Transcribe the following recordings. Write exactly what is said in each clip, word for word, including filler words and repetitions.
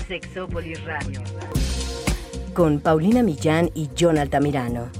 Sexópolis Radio. Con Paulina Millán y John Altamirano.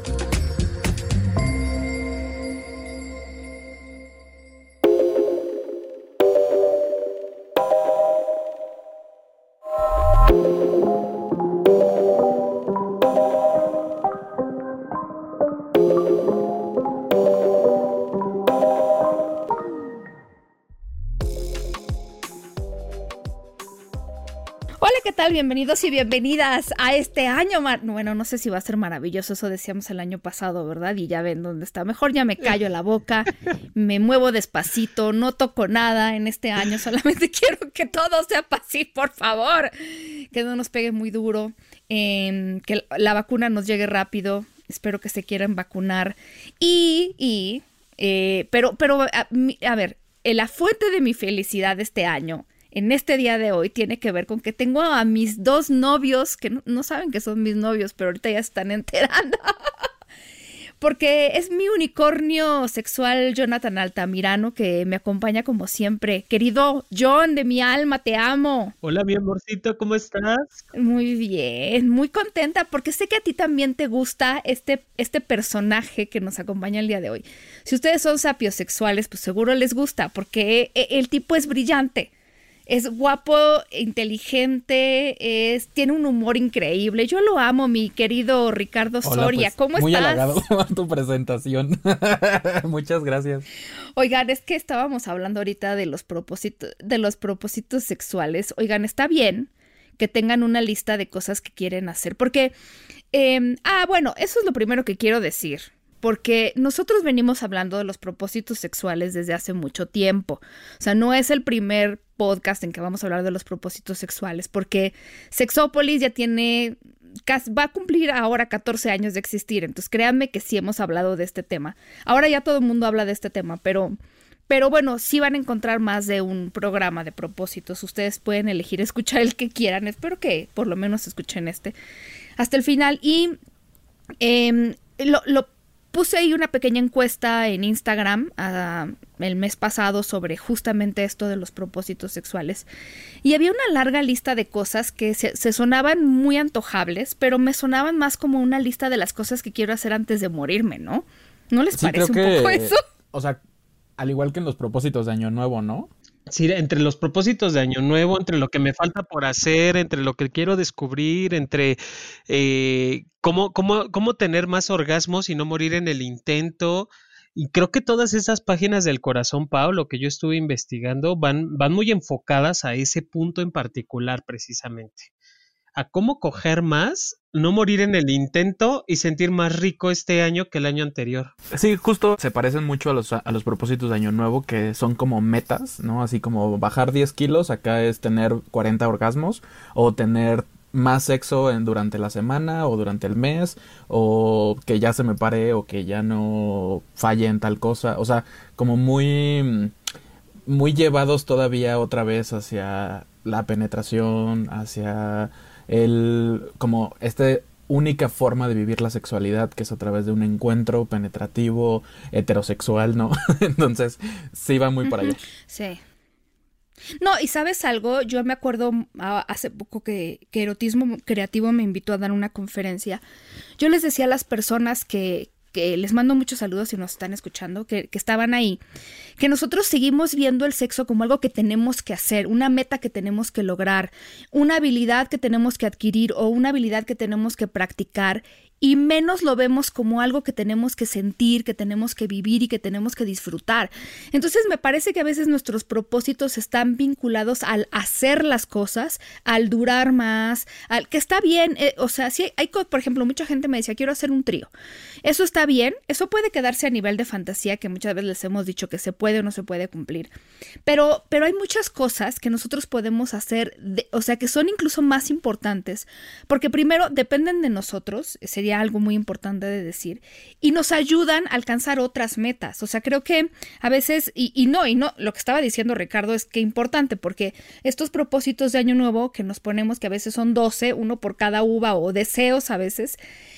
Bienvenidos y bienvenidas a este año. Mar- bueno, no sé si va a ser maravilloso, eso decíamos el año pasado, ¿verdad? Y ya ven dónde está. Mejor ya me callo la boca, me muevo despacito, no toco nada en este año. Solamente quiero que todo sea así, por favor. Que no nos pegue muy duro, eh, que la vacuna nos llegue rápido. Espero que se quieran vacunar. Y, y eh, pero, pero, a, a ver, la fuente de mi felicidad este año, en este día de hoy, tiene que ver con que tengo a mis dos novios, que no, no saben que son mis novios, pero ahorita ya se están enterando. Porque es mi unicornio sexual, Jonathan Altamirano, que me acompaña como siempre. Querido John, de mi alma, te amo. Hola, mi amorcito, ¿cómo estás? Muy bien, muy contenta, porque sé que a ti también te gusta este, este personaje que nos acompaña el día de hoy. Si ustedes son sapiosexuales, pues seguro les gusta, porque el tipo es brillante. Es guapo, inteligente, es, tiene un humor increíble. Yo lo amo, mi querido Ricardo Hola, Soria. pues, ¿Cómo muy estás? Muy halagado por tu presentación. Muchas gracias. Oigan, es que estábamos hablando ahorita de los propósitos, de los propósitos sexuales. Oigan, está bien que tengan una lista de cosas que quieren hacer. Porque, eh, ah, bueno, eso es lo primero que quiero decir. Porque nosotros venimos hablando de los propósitos sexuales desde hace mucho tiempo. O sea, no es el primer podcast en que vamos a hablar de los propósitos sexuales, porque Sexópolis ya tiene, va a cumplir ahora catorce años de existir. Entonces, créanme que sí hemos hablado de este tema. Ahora ya todo el mundo habla de este tema, pero, pero bueno, sí van a encontrar más de un programa de propósitos. Ustedes pueden elegir escuchar el que quieran. Espero que por lo menos escuchen este hasta el final. Y eh, lo, lo puse ahí una pequeña encuesta en Instagram uh, el mes pasado sobre justamente esto de los propósitos sexuales. Y había una larga lista de cosas que se, se sonaban muy antojables, pero me sonaban más como una lista de las cosas que quiero hacer antes de morirme, ¿no? ¿No les sí, parece creo un que, poco eso? O sea, al igual que en los propósitos de Año Nuevo, ¿no? Sí, entre los propósitos de Año Nuevo, entre lo que me falta por hacer, entre lo que quiero descubrir, entre eh, cómo, cómo, cómo tener más orgasmos y no morir en el intento. Y creo que todas esas páginas del corazón, Pau, lo que yo estuve investigando, van, van muy enfocadas a ese punto en particular, precisamente. A cómo coger más, no morir en el intento y sentir más rico este año que el año anterior. Sí, justo se parecen mucho a los, a los propósitos de Año Nuevo, que son como metas, ¿no? Así como bajar diez kilos, acá es tener cuarenta orgasmos, o tener más sexo en, durante la semana o durante el mes, o que ya se me pare o que ya no falle en tal cosa. O sea, como muy, muy llevados todavía otra vez hacia la penetración, hacia el, como esta única forma de vivir la sexualidad, que es a través de un encuentro penetrativo, heterosexual, ¿no? Entonces, sí va muy por allá. Sí. No, y ¿sabes algo? Yo me acuerdo uh, hace poco que, que Erotismo Creativo me invitó a dar una conferencia. Yo les decía a las personas que, que les mando muchos saludos si nos están escuchando, que, que estaban ahí, que nosotros seguimos viendo el sexo como algo que tenemos que hacer, una meta que tenemos que lograr, una habilidad que tenemos que adquirir o una habilidad que tenemos que practicar, y menos lo vemos como algo que tenemos que sentir, que tenemos que vivir y que tenemos que disfrutar. Entonces me parece que a veces nuestros propósitos están vinculados al hacer las cosas, al durar más, al que está bien, eh, o sea, sí hay, por ejemplo, mucha gente me decía, quiero hacer un trío. Eso está bien, eso puede quedarse a nivel de fantasía, que muchas veces les hemos dicho que se puede o no se puede cumplir, pero, pero hay muchas cosas que nosotros podemos hacer, de, o sea, que son incluso más importantes, porque primero dependen de nosotros, sería algo muy importante de decir, y nos ayudan a alcanzar otras metas. O sea, creo que a veces, y, y no, y no, lo que estaba diciendo Ricardo es que importante, porque estos propósitos de Año Nuevo que nos ponemos, que a veces son doce, uno por cada uva, o deseos a veces,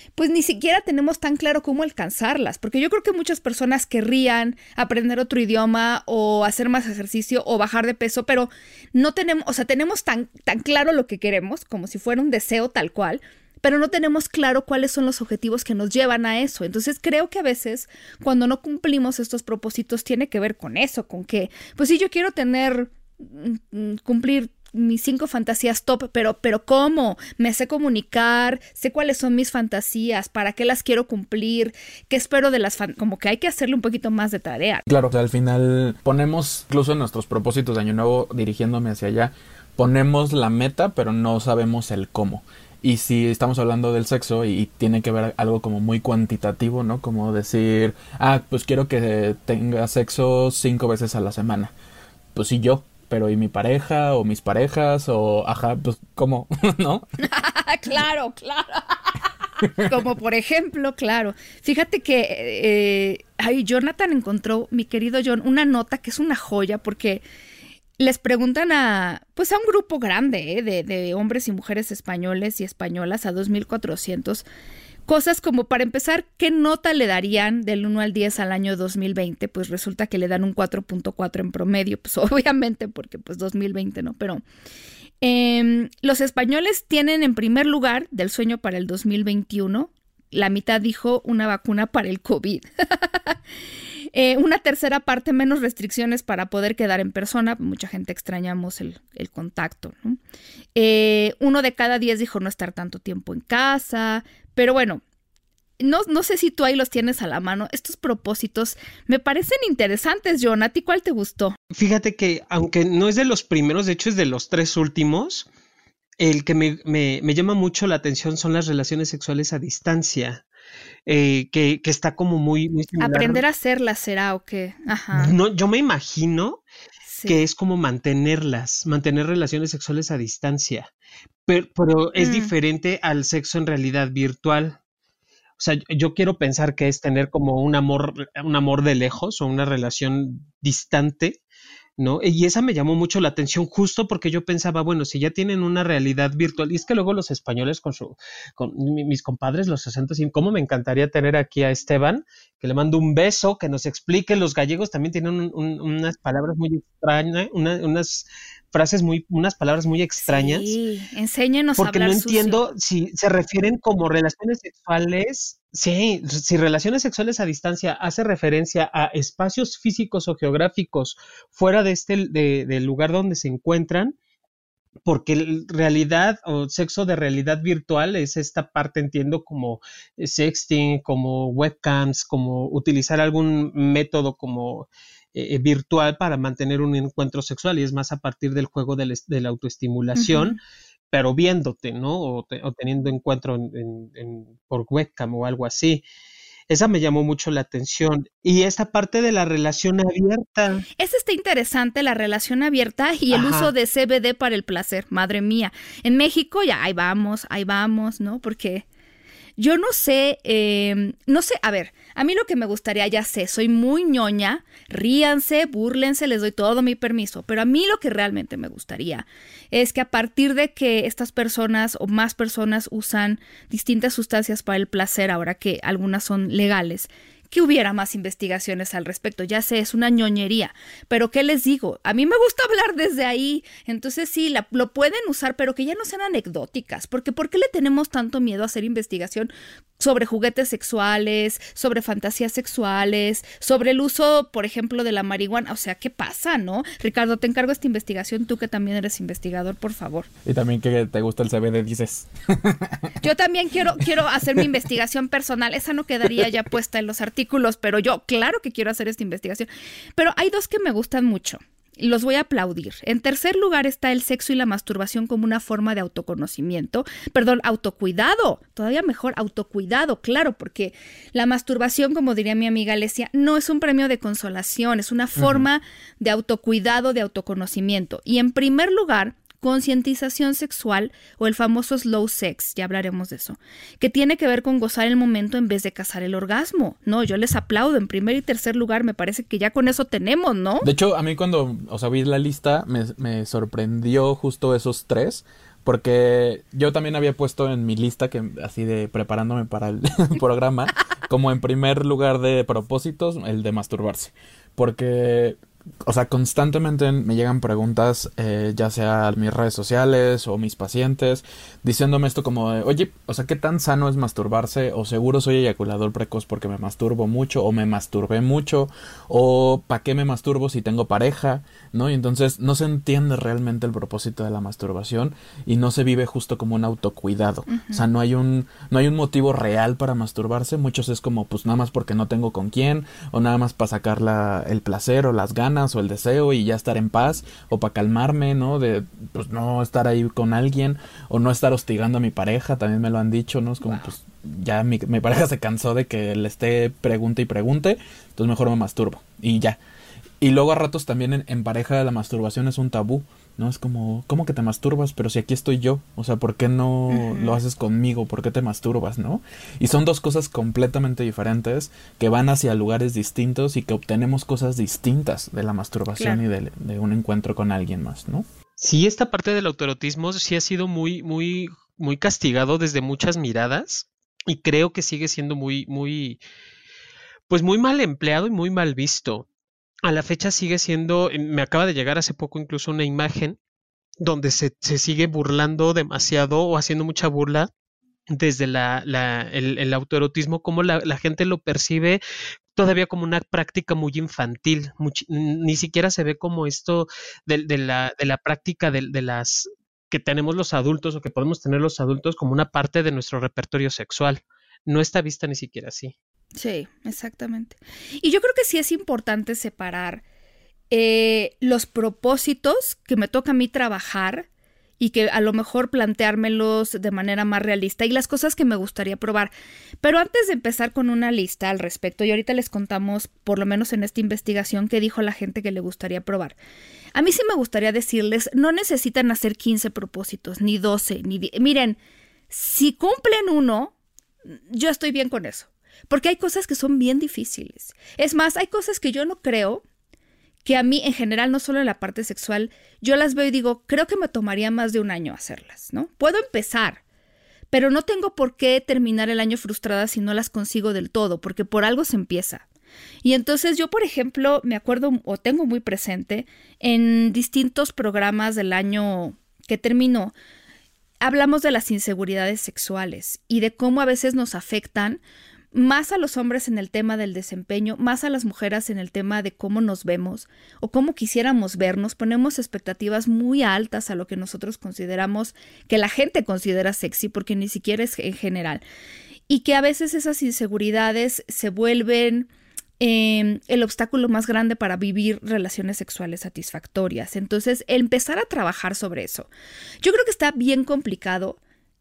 pues ni siquiera tenemos tan claro cómo alcanzarlas, porque yo creo que muchas personas querrían aprender otro idioma o hacer más ejercicio o bajar de peso, pero no tenemos, o sea, tenemos tan, tan claro lo que queremos, como si fuera un deseo tal cual, pero no tenemos claro cuáles son los objetivos que nos llevan a eso. Entonces creo que a veces cuando no cumplimos estos propósitos tiene que ver con eso, con que, pues sí, yo quiero tener, cumplir mis cinco fantasías top, pero, pero ¿cómo? Me sé comunicar, sé cuáles son mis fantasías, para qué las quiero cumplir, qué espero de las fan... como que hay que hacerle un poquito más de tarea. Claro, o sea, al final ponemos, incluso en nuestros propósitos de año nuevo, dirigiéndome hacia allá, ponemos la meta, pero no sabemos el cómo. Y si estamos hablando del sexo y, y tiene que ver algo como muy cuantitativo, ¿no? Como decir, ah, pues quiero que tenga sexo cinco veces a la semana. Pues sí, yo. Pero ¿y mi pareja o mis parejas o ajá, pues cómo? ¿No? Claro, claro. Como por ejemplo, claro. Fíjate que eh, ay, Jonathan encontró, mi querido John, una nota que es una joya porque les preguntan a, pues a un grupo grande eh, de, de hombres y mujeres españoles y españolas, a dos mil cuatrocientos, cosas como, para empezar, ¿qué nota le darían del uno al diez al año dos mil veinte? Pues resulta que le dan un cuatro punto cuatro en promedio, pues obviamente porque pues dos mil veinte, ¿no? Pero eh, los españoles tienen en primer lugar del sueño para el dos mil veintiuno, la mitad dijo una vacuna para el COVID. eh, una tercera parte, menos restricciones para poder quedar en persona. Mucha gente extrañamos el, el contacto, ¿no? Eh, uno de cada diez dijo no estar tanto tiempo en casa. Pero bueno, no, no sé si tú ahí los tienes a la mano. Estos propósitos me parecen interesantes, John. ¿A ti cuál te gustó? Fíjate que, aunque no es de los primeros, de hecho es de los tres últimos, el que me, me, me llama mucho la atención son las relaciones sexuales a distancia, eh, que, que está como muy, muy similar. Aprender a hacerlas será o qué. Ajá. No, yo me imagino Sí. que es como mantenerlas, mantener relaciones sexuales a distancia, pero, pero es Mm. diferente al sexo en realidad virtual. O sea, yo quiero pensar que es tener como un amor, un amor de lejos o una relación distante, ¿no? Y esa me llamó mucho la atención justo porque yo pensaba, bueno, si ya tienen una realidad virtual, y es que luego los españoles con su, con mi- mis compadres, los acentos, y cómo me encantaría tener aquí a Esteban, que le mando un beso, que nos explique. Los gallegos también tienen un- un- unas palabras muy extrañas, una- unas frases muy, unas palabras muy extrañas. Sí, enséñenos a Porque hablar no sucio. entiendo si se refieren como relaciones sexuales. Sí, si relaciones sexuales a distancia hace referencia a espacios físicos o geográficos fuera de este, de- del lugar donde se encuentran, porque el- realidad o sexo de realidad virtual es esta parte, entiendo, como eh, sexting, como webcams, como utilizar algún método como eh, virtual para mantener un encuentro sexual, y es más a partir del juego del es- de la autoestimulación, Ujú. pero viéndote, ¿no? O, te- o teniendo encuentro en- en- en- por webcam o algo así. Esa me llamó mucho la atención. Y esta parte de la relación abierta. Es este interesante, la relación abierta y el Ajá. uso de C B D para el placer. Madre mía. En México ya ahí vamos, ahí vamos, ¿no? Porque yo no sé, eh, no sé, a ver, a mí lo que me gustaría, ya sé, soy muy ñoña, ríanse, búrlense, les doy todo mi permiso, pero a mí lo que realmente me gustaría es que a partir de que estas personas o más personas usan distintas sustancias para el placer, ahora que algunas son legales, que hubiera más investigaciones al respecto. Ya sé, es una ñoñería, pero ¿qué les digo? A mí me gusta hablar desde ahí, entonces sí, la, lo pueden usar, pero que ya no sean anecdóticas, porque ¿por qué le tenemos tanto miedo a hacer investigación sobre juguetes sexuales, sobre fantasías sexuales, sobre el uso, por ejemplo, de la marihuana? O sea, ¿qué pasa, no? Ricardo, te encargo esta investigación, tú que también eres investigador, por favor. Y también que te gusta el C B D, dices. Yo también quiero, quiero hacer mi investigación personal. Esa no quedaría ya puesta en los artículos, pero yo claro que quiero hacer esta investigación. Pero hay dos que me gustan mucho. Los voy a aplaudir. En tercer lugar está el sexo y la masturbación como una forma de autoconocimiento. Perdón, autocuidado. Todavía mejor, autocuidado, claro, porque la masturbación, como diría mi amiga Alesia, no es un premio de consolación, es una forma uh-huh. de autocuidado, de autoconocimiento. Y en primer lugar, concientización sexual o el famoso slow sex, ya hablaremos de eso, que tiene que ver con gozar el momento en vez de cazar el orgasmo. No, yo les aplaudo. En primer y tercer lugar me parece que ya con eso tenemos, ¿no? De hecho, a mí cuando, o sea, vi la lista me, me sorprendió justo esos tres, Porque yo también había puesto en mi lista, que así de preparándome para el programa, como en primer lugar de propósitos, el de masturbarse. Porque, o sea, constantemente me llegan preguntas, eh, ya sea a mis redes sociales o mis pacientes, diciéndome esto como de, oye, o sea, ¿qué tan sano es masturbarse? O seguro soy eyaculador precoz porque me masturbo mucho, o me masturbé mucho, o ¿para qué me masturbo si tengo pareja? ¿No? Y entonces no se entiende realmente el propósito de la masturbación y no se vive justo como un autocuidado. Uh-huh. O sea, no hay un, no hay un motivo real para masturbarse. Muchos es como, pues nada más porque no tengo con quién, o nada más para sacar la, el placer o las ganas o el deseo y ya estar en paz, o para calmarme, ¿no? De, pues no estar ahí con alguien, o no estar hostigando a mi pareja, también me lo han dicho, ¿no? Es como, wow, pues ya mi, mi pareja se cansó de que le esté pregunte y pregunte, entonces mejor me masturbo y ya. Y luego a ratos también en, en pareja la masturbación es un tabú, ¿no? Es como, ¿cómo que te masturbas? Pero si aquí estoy yo, o sea, ¿por qué no uh-huh. lo haces conmigo? ¿Por qué te masturbas, no? Y son dos cosas completamente diferentes que van hacia lugares distintos y que obtenemos cosas distintas de la masturbación, claro, y de, de un encuentro con alguien más, ¿no? Sí, esta parte del autoerotismo sí ha sido muy, muy, muy castigado desde muchas miradas y creo que sigue siendo muy, muy, pues muy mal empleado y muy mal visto. A la fecha sigue siendo, me acaba de llegar hace poco incluso una imagen donde se, se sigue burlando demasiado o haciendo mucha burla desde la, la, el, el autoerotismo, como la, la gente lo percibe todavía como una práctica muy infantil, much, ni siquiera se ve como esto de, de, la, de la práctica de, de las que tenemos los adultos o que podemos tener los adultos como una parte de nuestro repertorio sexual. No está vista ni siquiera así. Sí, exactamente. Y yo creo que sí es importante separar eh, los propósitos que me toca a mí trabajar y que a lo mejor planteármelos de manera más realista y las cosas que me gustaría probar. Pero antes de empezar con una lista al respecto, y ahorita les contamos, por lo menos en esta investigación, qué dijo la gente que le gustaría probar. A mí sí me gustaría decirles, no necesitan hacer quince propósitos, ni doce, ni diez. Miren, si cumplen uno, yo estoy bien con eso. Porque hay cosas que son bien difíciles. Es más, hay cosas que yo no creo que a mí en general, no solo en la parte sexual, yo las veo y digo, creo que me tomaría más de un año hacerlas, ¿no? Puedo empezar, pero no tengo por qué terminar el año frustrada si no las consigo del todo, porque por algo se empieza. Y entonces yo, por ejemplo, me acuerdo o tengo muy presente en distintos programas del año que terminó, hablamos de las inseguridades sexuales y de cómo a veces nos afectan más a los hombres en el tema del desempeño, más a las mujeres en el tema de cómo nos vemos o cómo quisiéramos vernos. Ponemos expectativas muy altas a lo que nosotros consideramos, que la gente considera sexy, porque ni siquiera es en general. Y que a veces esas inseguridades se vuelven eh, el obstáculo más grande para vivir relaciones sexuales satisfactorias. Entonces, empezar a trabajar sobre eso. Yo creo que está bien complicado.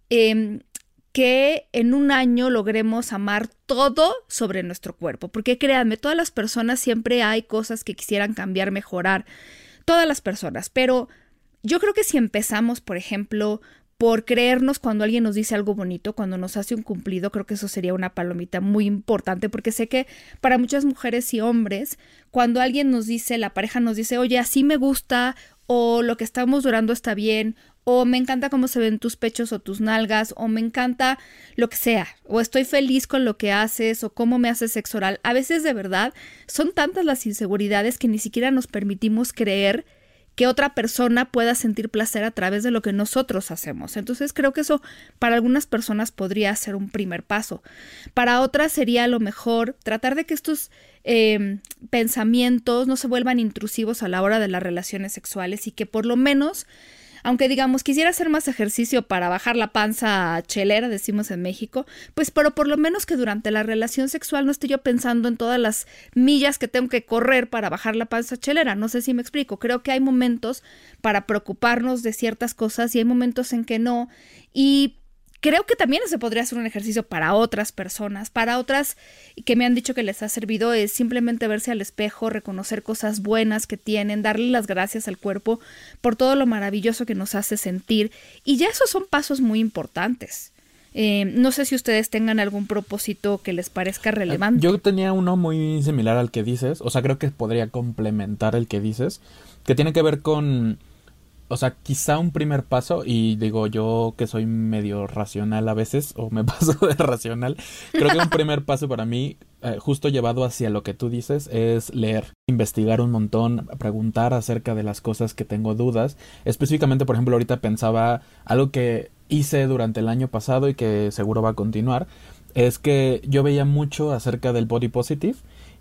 Eh, que en un año logremos amar todo sobre nuestro cuerpo, porque créanme, todas las personas siempre hay cosas que quisieran cambiar, mejorar, todas las personas, pero yo creo que si empezamos, por ejemplo, por creernos cuando alguien nos dice algo bonito, cuando nos hace un cumplido, creo que eso sería una palomita muy importante, porque sé que para muchas mujeres y hombres, cuando alguien nos dice, la pareja nos dice, oye, así me gusta, o lo que estamos durando está bien, o me encanta cómo se ven tus pechos o tus nalgas, o me encanta lo que sea, o estoy feliz con lo que haces, o cómo me haces sexo oral. A veces de verdad son tantas las inseguridades que ni siquiera nos permitimos creer que otra persona pueda sentir placer a través de lo que nosotros hacemos. Entonces creo que eso para algunas personas podría ser un primer paso. Para otras sería a lo mejor tratar de que estos eh, pensamientos no se vuelvan intrusivos a la hora de las relaciones sexuales y que por lo menos, aunque digamos quisiera hacer más ejercicio para bajar la panza chelera, decimos en México, pues pero por lo menos que durante la relación sexual no esté yo pensando en todas las millas que tengo que correr para bajar la panza chelera. No sé si me explico. Creo que hay momentos para preocuparnos de ciertas cosas y hay momentos en que no. Y creo que también se podría hacer un ejercicio para otras personas, para otras que me han dicho que les ha servido, es simplemente verse al espejo, reconocer cosas buenas que tienen, darle las gracias al cuerpo por todo lo maravilloso que nos hace sentir. Y ya esos son pasos muy importantes. Eh, no sé si ustedes tengan algún propósito que les parezca relevante. Yo tenía uno muy similar al que dices, o sea, creo que podría complementar el que dices, que tiene que ver con o sea, quizá un primer paso, y digo yo que soy medio racional a veces, o me paso de racional, creo que un primer paso para mí, eh, justo llevado hacia lo que tú dices, es leer, investigar un montón, preguntar acerca de las cosas que tengo dudas. Específicamente, por ejemplo, ahorita pensaba algo que hice durante el año pasado y que seguro va a continuar, es que yo veía mucho acerca del body positive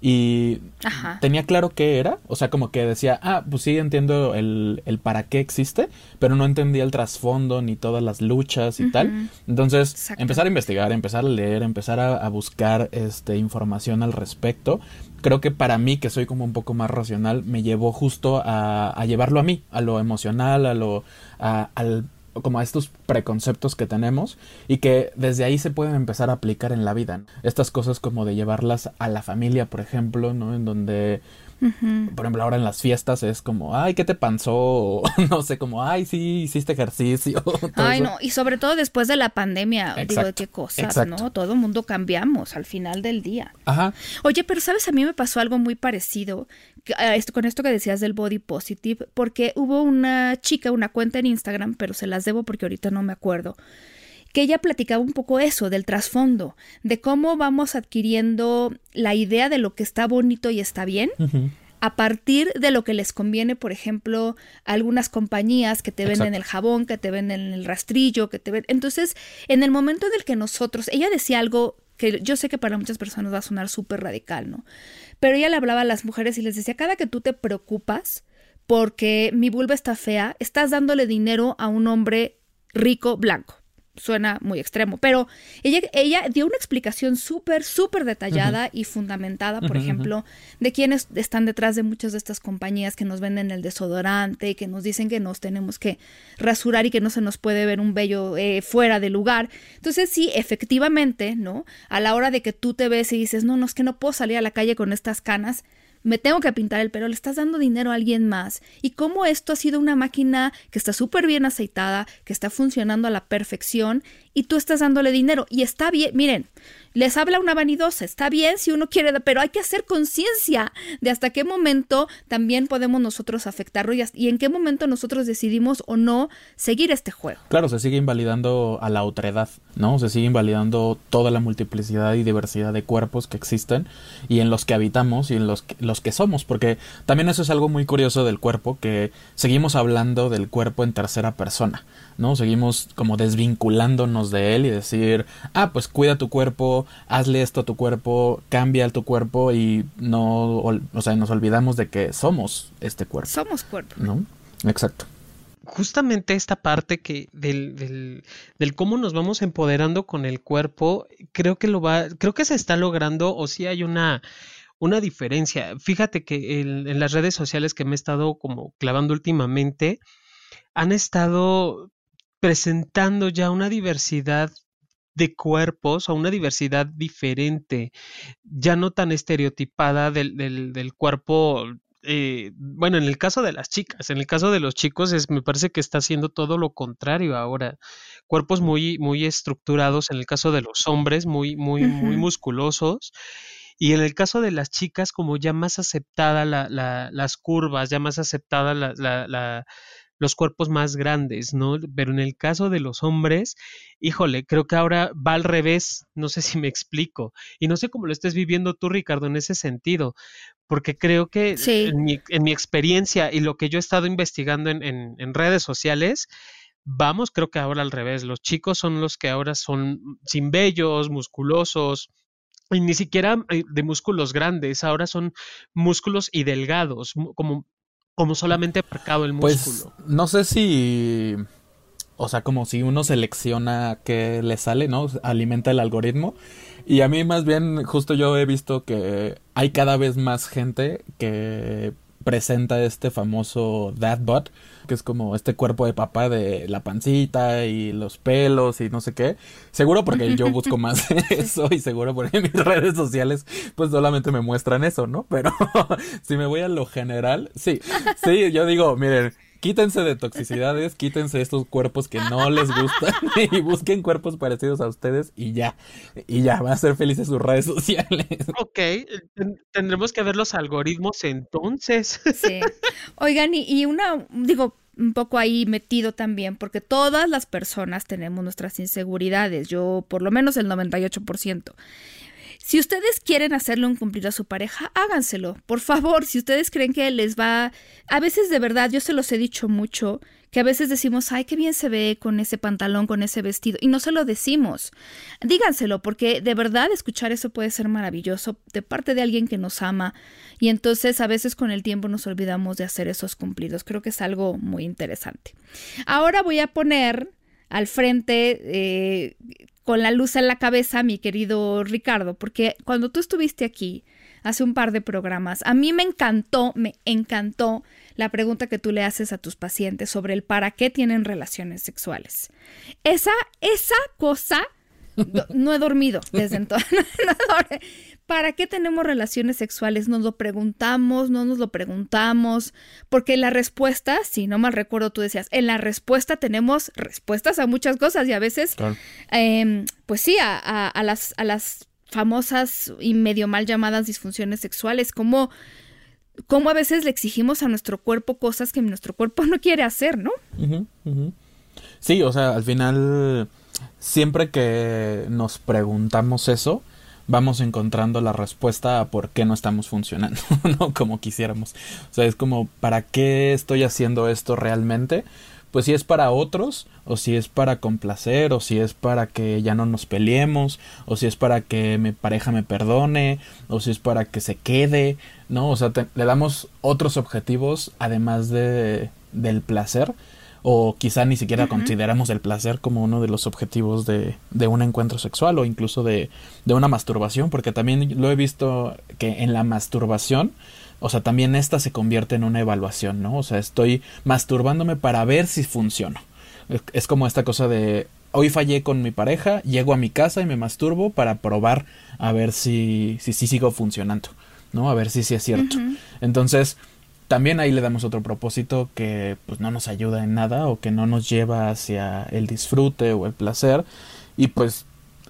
y Ajá. tenía claro qué era, o sea, como que decía, ah, pues sí entiendo el, el para qué existe, pero no entendía el trasfondo ni todas las luchas y Ujú. tal. Entonces, Exacto. empezar a investigar, empezar a leer, empezar a, a buscar este información al respecto. Creo que para mí, que soy como un poco más racional, me llevó justo a, a llevarlo a mí, a lo emocional, a lo a, al como a estos preconceptos que tenemos y que desde ahí se pueden empezar a aplicar en la vida, ¿no? Estas cosas como de llevarlas a la familia, por ejemplo, ¿no? En donde, Ujú. por ejemplo, ahora en las fiestas es como, ay, ¿qué te pasó? O, no sé, como, ay, sí, hiciste ejercicio. Todo Ay, eso. no, y sobre todo después de la pandemia, digo, de Exacto, qué cosas, exacto. ¿no? Todo el mundo cambiamos al final del día. Ajá. Oye, pero sabes, a mí me pasó algo muy parecido que, a esto, con esto que decías del body positive, porque hubo una chica, una cuenta en Instagram, pero se las debo porque ahorita no me acuerdo, que ella platicaba un poco eso, del trasfondo, de cómo vamos adquiriendo la idea de lo que está bonito y está bien, Ujú. a partir de lo que les conviene, por ejemplo, a algunas compañías que te venden Exacto. el jabón, que te venden el rastrillo, que te ven... Entonces, en el momento en el que nosotros, ella decía algo que yo sé que para muchas personas va a sonar súper radical, ¿no? Pero ella le hablaba a las mujeres y les decía, cada que tú te preocupas porque mi vulva está fea, estás dándole dinero a un hombre rico blanco. Suena muy extremo, pero ella, ella dio una explicación súper, súper detallada uh-huh. y fundamentada, por uh-huh. ejemplo, de quiénes están detrás de muchas de estas compañías que nos venden el desodorante, que nos dicen que nos tenemos que rasurar y que no se nos puede ver un vello eh, fuera de lugar. Entonces, sí, efectivamente, ¿no? A la hora de que tú te ves y dices, no, no, es que no puedo salir a la calle con estas canas, me tengo que pintar el pelo, le estás dando dinero a alguien más. Y cómo esto ha sido una máquina que está súper bien aceitada, que está funcionando a la perfección y tú estás dándole dinero. Y está bien, miren, les habla una vanidosa, está bien si uno quiere, pero hay que hacer conciencia de hasta qué momento también podemos nosotros afectarlo y, y en qué momento nosotros decidimos o no seguir este juego. Claro, se sigue invalidando a la otredad, ¿no? Se sigue invalidando toda la multiplicidad y diversidad de cuerpos que existen y en los que habitamos y en los que, los que somos, porque también eso es algo muy curioso del cuerpo, que seguimos hablando del cuerpo en tercera persona, ¿no? Seguimos como desvinculándonos de él y decir, ah, pues cuida tu cuerpo, hazle esto a tu cuerpo, cambia a tu cuerpo y no, o sea, nos olvidamos de que somos este cuerpo. Somos cuerpo. ¿No? Exacto. Justamente esta parte que del, del, del cómo nos vamos empoderando con el cuerpo, creo que lo va, creo que se está logrando, o sí hay una, una diferencia. Fíjate que en, en las redes sociales que me he estado como clavando últimamente, han estado presentando ya una diversidad de cuerpos o una diversidad diferente, ya no tan estereotipada del, del, del cuerpo. Eh, bueno, en el caso de las chicas, en el caso de los chicos es, me parece que está haciendo todo lo contrario ahora, cuerpos muy, muy estructurados, en el caso de los hombres muy, muy, uh-huh. muy musculosos, y en el caso de las chicas como ya más aceptada la, la, las curvas, ya más aceptada la, la, la los cuerpos más grandes, ¿no? Pero en el caso de los hombres, híjole, creo que ahora va al revés, no sé si me explico, y no sé cómo lo estés viviendo tú, Ricardo, en ese sentido, porque creo que sí. en, mi, en mi experiencia y lo que yo he estado investigando en, en, en redes sociales, vamos, creo que ahora al revés, los chicos son los que ahora son sin vellos, musculosos, y ni siquiera de músculos grandes, ahora son músculos y delgados, como como solamente marcado el músculo. Pues no sé si, o sea, como si uno selecciona qué le sale, ¿no? Alimenta el algoritmo. Y a mí más bien, justo yo he visto que hay cada vez más gente que presenta este famoso dad bod, que es como este cuerpo de papá de la pancita y los pelos y no sé qué. Seguro porque yo busco más eso y seguro porque mis redes sociales pues solamente me muestran eso, ¿no? Pero si me voy a lo general, sí, sí, yo digo, miren, quítense de toxicidades, quítense estos cuerpos que no les gustan y busquen cuerpos parecidos a ustedes y ya, y ya, van a ser felices sus redes sociales. Ok, tendremos que ver los algoritmos entonces. Sí. Oigan, y, y una, digo, un poco ahí metido también, porque todas las personas tenemos nuestras inseguridades, yo por lo menos el noventa y ocho por ciento. Si ustedes quieren hacerle un cumplido a su pareja, háganselo, por favor. Si ustedes creen que les va... A veces de verdad, yo se los he dicho mucho, que a veces decimos, ay, qué bien se ve con ese pantalón, con ese vestido, y no se lo decimos. Díganselo, porque de verdad escuchar eso puede ser maravilloso de parte de alguien que nos ama, y entonces a veces con el tiempo nos olvidamos de hacer esos cumplidos. Creo que es algo muy interesante. Ahora voy a poner al frente... Eh, con la luz en la cabeza, mi querido Ricardo, porque cuando tú estuviste aquí hace un par de programas, a mí me encantó, me encantó la pregunta que tú le haces a tus pacientes sobre el para qué tienen relaciones sexuales. Esa, esa cosa, no, no he dormido desde entonces. ¿Para qué tenemos relaciones sexuales? Nos lo preguntamos, no nos lo preguntamos, porque la respuesta, si no mal recuerdo, tú decías, en la respuesta tenemos respuestas a muchas cosas y a veces, claro. eh, pues sí, a, a, a, las, a las famosas y medio mal llamadas disfunciones sexuales, como, como a veces le exigimos a nuestro cuerpo cosas que nuestro cuerpo no quiere hacer, ¿no? Uh-huh, uh-huh. Sí, o sea, al final, siempre que nos preguntamos eso, vamos encontrando la respuesta a por qué no estamos funcionando, ¿no? Como quisiéramos. O sea, es como, ¿para qué estoy haciendo esto realmente? Pues si es para otros, o si es para complacer, o si es para que ya no nos peleemos, o si es para que mi pareja me perdone, o si es para que se quede, ¿no? O sea, te, le damos otros objetivos además de del placer, o quizá ni siquiera uh-huh. consideramos el placer como uno de los objetivos de, de un encuentro sexual o incluso de, de una masturbación, porque también lo he visto que en la masturbación, o sea, también esta se convierte en una evaluación, ¿no? O sea, estoy masturbándome para ver si funciono. Es, es como esta cosa de, hoy fallé con mi pareja, llego a mi casa y me masturbo para probar a ver si si, si sigo funcionando, ¿no? A ver si sí es cierto. Uh-huh. Entonces... también ahí le damos otro propósito que pues no nos ayuda en nada o que no nos lleva hacia el disfrute o el placer, y pues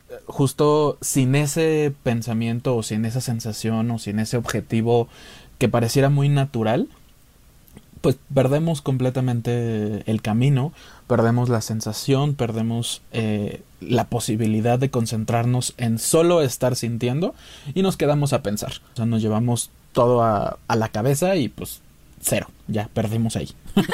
justo sin ese pensamiento o sin esa sensación o sin ese objetivo que pareciera muy natural, pues perdemos completamente el camino, perdemos la sensación, perdemos eh, la posibilidad de concentrarnos en solo estar sintiendo y nos quedamos a pensar. O sea, nos llevamos todo a, a la cabeza y pues cero, ya perdimos ahí.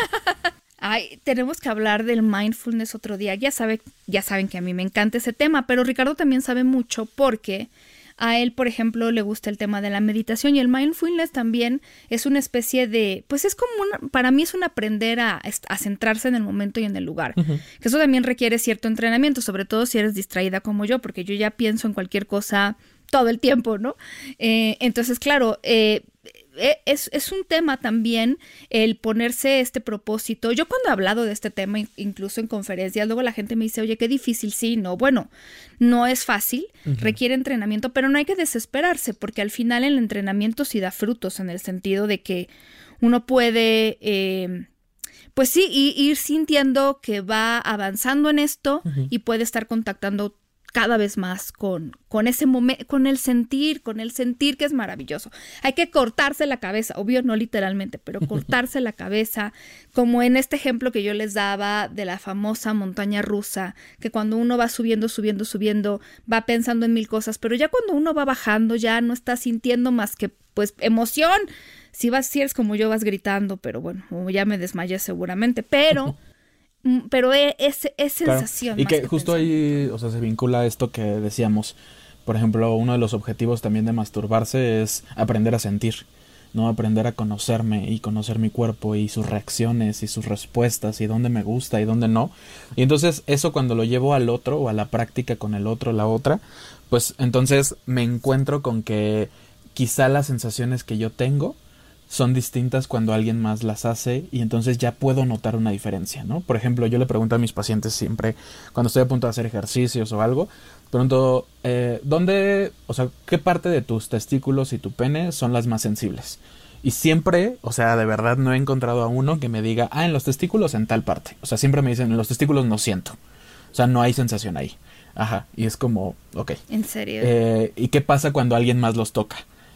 Ay, tenemos que hablar del mindfulness otro día. Ya sabe, ya saben que a mí me encanta ese tema, pero Ricardo también sabe mucho porque a él, por ejemplo, le gusta el tema de la meditación, y el mindfulness también es una especie de, pues es como una, para mí es un aprender a, a centrarse en el momento y en el lugar. Uh-huh. Que eso también requiere cierto entrenamiento, sobre todo si eres distraída como yo, porque yo ya pienso en cualquier cosa todo el tiempo, ¿no? Eh, entonces, claro, eh, Es, es un tema también el ponerse este propósito. Yo cuando he hablado de este tema, incluso en conferencias, luego la gente me dice, oye, qué difícil. Sí, no, bueno, no es fácil, uh-huh. requiere entrenamiento, pero no hay que desesperarse, porque al final el entrenamiento sí da frutos, en el sentido de que uno puede, eh, pues sí, ir sintiendo que va avanzando en esto, uh-huh. y puede estar contactando cada vez más con, con ese momento, con el sentir, con el sentir que es maravilloso. Hay que cortarse la cabeza, obvio no literalmente, pero cortarse la cabeza, como en este ejemplo que yo les daba de la famosa montaña rusa, que cuando uno va subiendo, subiendo, subiendo, va pensando en mil cosas, pero ya cuando uno va bajando ya no está sintiendo más que pues emoción. Si vas, si eres como yo, vas gritando, pero bueno, ya me desmayé seguramente, pero... pero es, es sensación. Claro. Y que justo ahí, o sea, se vincula esto que decíamos. Por ejemplo, uno de los objetivos también de masturbarse es aprender a sentir, ¿no? Aprender a conocerme y conocer mi cuerpo y sus reacciones y sus respuestas y dónde me gusta y dónde no. Y entonces eso, cuando lo llevo al otro o a la práctica con el otro, la otra, pues entonces me encuentro con que quizá las sensaciones que yo tengo son distintas cuando alguien más las hace, y entonces ya puedo notar una diferencia, ¿no? Por ejemplo, yo le pregunto a mis pacientes siempre, cuando estoy a punto de hacer ejercicios o algo, pregunto, eh, ¿dónde, o sea, qué parte de tus testículos y tu pene son las más sensibles? Y siempre, o sea, de verdad no he encontrado a uno que me diga, ah, en los testículos en tal parte. O sea, siempre me dicen, en los testículos no siento. O sea, no hay sensación ahí. Ajá, y es como, ok. ¿En serio? Eh, ¿y qué pasa cuando alguien más los toca?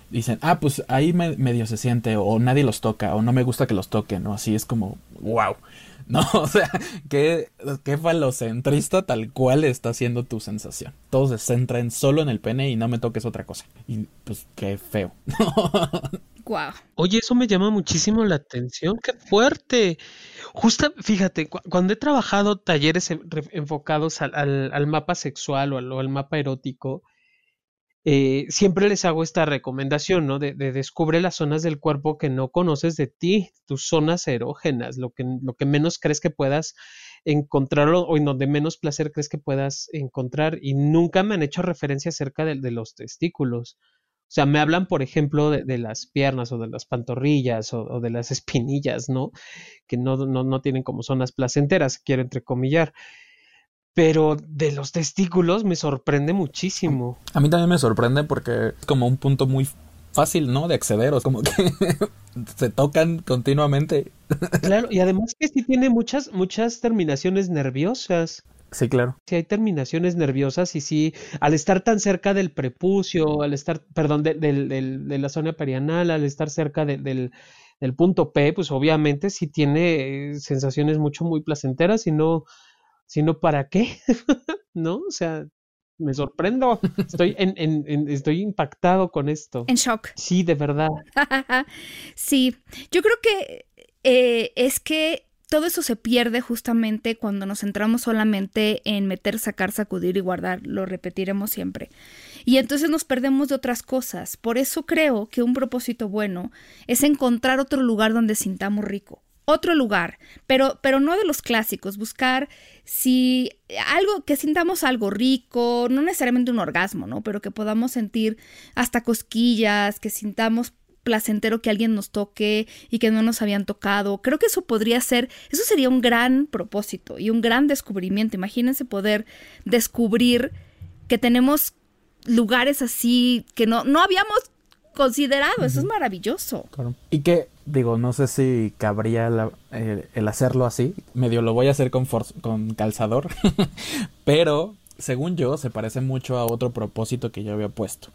dicen, ah, pues ahí me, medio se siente, o nadie los toca, o no me gusta que los toquen, o así es como, wow. No, o sea, qué, qué falocentrista tal cual está siendo tu sensación. Todos se centran solo en el pene y no me toques otra cosa. Y pues qué feo. Wow. Oye, eso me llama muchísimo la atención, qué fuerte. Justa, fíjate, cu- cuando he trabajado talleres en- re- enfocados al, al- al mapa sexual o al, o al mapa erótico, eh, siempre les hago esta recomendación, ¿no? De, de descubre las zonas del cuerpo que no conoces de ti, tus zonas erógenas, lo que, lo que menos crees que puedas encontrar o o en donde menos placer crees que puedas encontrar. Y nunca me han hecho referencia acerca de, de los testículos. O sea, me hablan, por ejemplo, de, de las piernas o de las pantorrillas o, o de las espinillas, ¿no? Que no, no, no tienen como zonas placenteras, quiero entrecomillar. Pero de los testículos me sorprende muchísimo. A mí también me sorprende porque es como un punto muy fácil, ¿no? De acceder, o es como que se tocan continuamente. Claro, y además que sí tiene muchas, muchas terminaciones nerviosas. Sí, claro. Sí hay terminaciones nerviosas y sí, al estar tan cerca del prepucio, al estar, perdón, de, del- del- de la zona perianal, al estar cerca de- del, del punto P, pues obviamente sí tiene eh, sensaciones mucho, muy placenteras, y no, sino ¿para qué? ¿No? O sea, me sorprendo. Estoy en, en- en- estoy impactado con esto. En shock. Sí, de verdad. Sí, yo creo que eh, es que todo eso se pierde justamente cuando nos centramos solamente en meter, sacar, sacudir y guardar, lo repetiremos siempre. Y entonces nos perdemos de otras cosas. Por eso creo que un propósito bueno es encontrar otro lugar donde sintamos rico. Otro lugar, pero, pero no de los clásicos, buscar si algo, que sintamos algo rico, no necesariamente un orgasmo, ¿no? Pero que podamos sentir hasta cosquillas, que sintamos placentero que alguien nos toque y que no nos habían tocado. Creo que eso podría ser, eso sería un gran propósito y un gran descubrimiento. Imagínense poder descubrir que tenemos lugares así que no, no habíamos considerado. Eso es maravilloso. Claro. Y que, digo, no sé si cabría la- eh, el hacerlo así. Medio lo voy a hacer con, for- con calzador. Pero, según yo, se parece mucho a otro propósito que yo había puesto.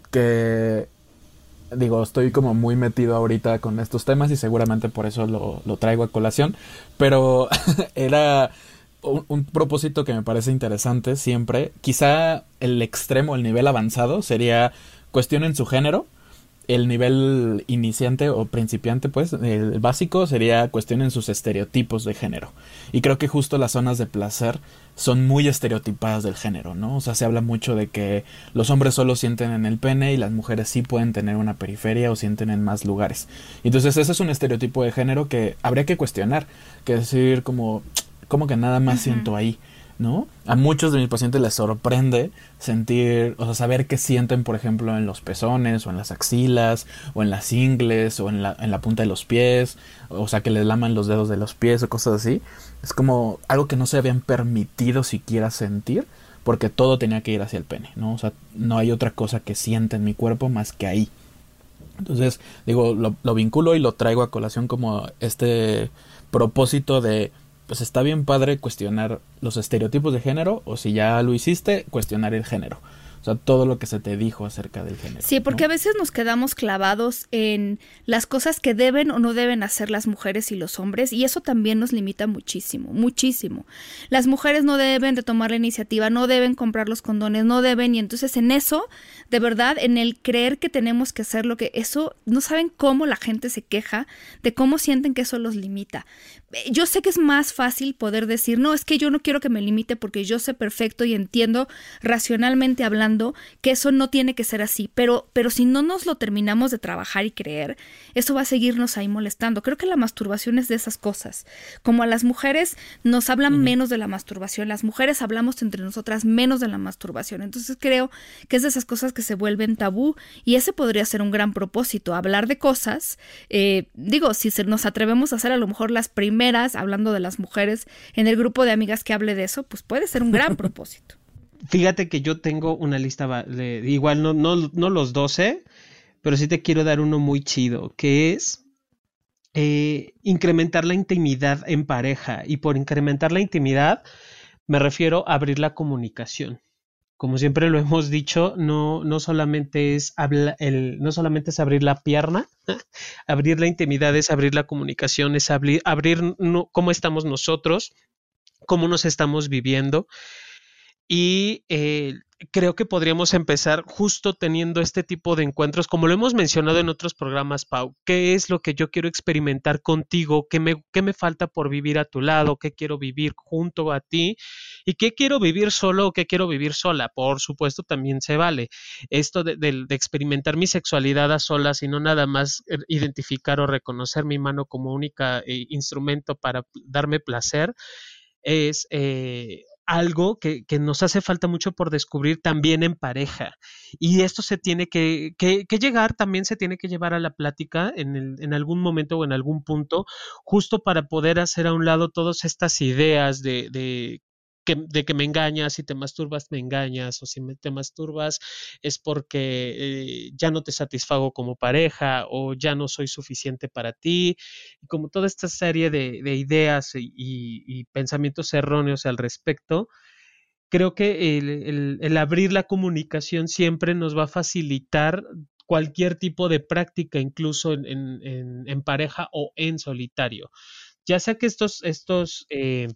Que, digo, estoy como muy metido ahorita con estos temas y seguramente por eso lo, lo traigo a colación. Pero era un, un propósito que me parece interesante siempre. Quizá el extremo, el nivel avanzado sería cuestionen su género. El nivel iniciante o principiante, pues, el básico sería cuestionen sus estereotipos de género. Y creo que justo las zonas de placer son muy estereotipadas del género, ¿no? O sea, se habla mucho de que los hombres solo sienten en el pene y las mujeres sí pueden tener una periferia o sienten en más lugares. Entonces ese es un estereotipo de género que habría que cuestionar, que decir como, como que nada más uh-huh. siento ahí, ¿no? A muchos de mis pacientes les sorprende sentir, o sea, saber qué sienten, por ejemplo, en los pezones, o en las axilas, o en las ingles, o en la, en la punta de los pies, o sea, que les laman los dedos de los pies, o cosas así. Es como algo que no se habían permitido siquiera sentir, porque todo tenía que ir hacia el pene, ¿no? O sea, no hay otra cosa que sienta en mi cuerpo más que ahí. Entonces, digo, lo, lo vinculo y lo traigo a colación como este propósito de, pues está bien padre cuestionar los estereotipos de género, o si ya lo hiciste, cuestionar el género. O sea, todo lo que se te dijo acerca del género. Sí, porque ¿no? a veces nos quedamos clavados en las cosas que deben o no deben hacer las mujeres y los hombres, y eso también nos limita muchísimo, muchísimo. Las mujeres no deben de tomar la iniciativa, no deben comprar los condones, no deben, y entonces en eso, de verdad, en el creer que tenemos que hacer lo que eso, no saben cómo la gente se queja de cómo sienten que eso los limita. Yo sé que es más fácil poder decir, no, es que yo no quiero que me limite porque yo sé perfecto y entiendo racionalmente hablando que eso no tiene que ser así, pero, pero si no nos lo terminamos de trabajar y creer, eso va a seguirnos ahí molestando. Creo que la masturbación es de esas cosas. Como a las mujeres nos hablan uh-huh. menos de la masturbación, las mujeres hablamos entre nosotras menos de la masturbación. Entonces creo que es de esas cosas que se vuelven tabú, y ese podría ser un gran propósito, hablar de cosas, eh, digo, si se nos atrevemos a hacer a lo mejor las primeras hablando de las mujeres en el grupo de amigas que hable de eso, pues puede ser un gran propósito. Fíjate que yo tengo una lista de, igual no, no, no los doce, pero sí te quiero dar uno muy chido, que es eh, incrementar la intimidad en pareja. Y por incrementar la intimidad me refiero a abrir la comunicación. como siempre lo hemos dicho, no, no solamente es habla, el, no solamente es abrir la pierna, abrir la intimidad es abrir la comunicación, es abrir, abrir no, cómo estamos nosotros, cómo nos estamos viviendo. Y eh, creo que podríamos empezar justo teniendo este tipo de encuentros, como lo hemos mencionado en otros programas, Pau. ¿Qué es lo que yo quiero experimentar contigo? ¿Qué me, qué me falta por vivir a tu lado? ¿Qué quiero vivir junto a ti? ¿Y qué quiero vivir solo o qué quiero vivir sola? Por supuesto, también se vale. Esto de, de, de experimentar mi sexualidad a solas y no nada más identificar o reconocer mi mano como única eh, instrumento para darme placer, es... Eh, algo que, que nos hace falta mucho por descubrir también en pareja. Y esto se tiene que, que, que llegar, también se tiene que llevar a la plática en, el, en algún momento o en algún punto, justo para poder hacer a un lado todas estas ideas de, de Que, de que me engañas, si te masturbas me engañas, o si me, te masturbas es porque eh, ya no te satisfago como pareja o ya no soy suficiente para ti, y como toda esta serie de, de ideas y, y, y pensamientos erróneos al respecto. Creo que el, el, el abrir la comunicación siempre nos va a facilitar cualquier tipo de práctica, incluso en, en, en, en pareja o en solitario. Ya sea que estos, estos eh,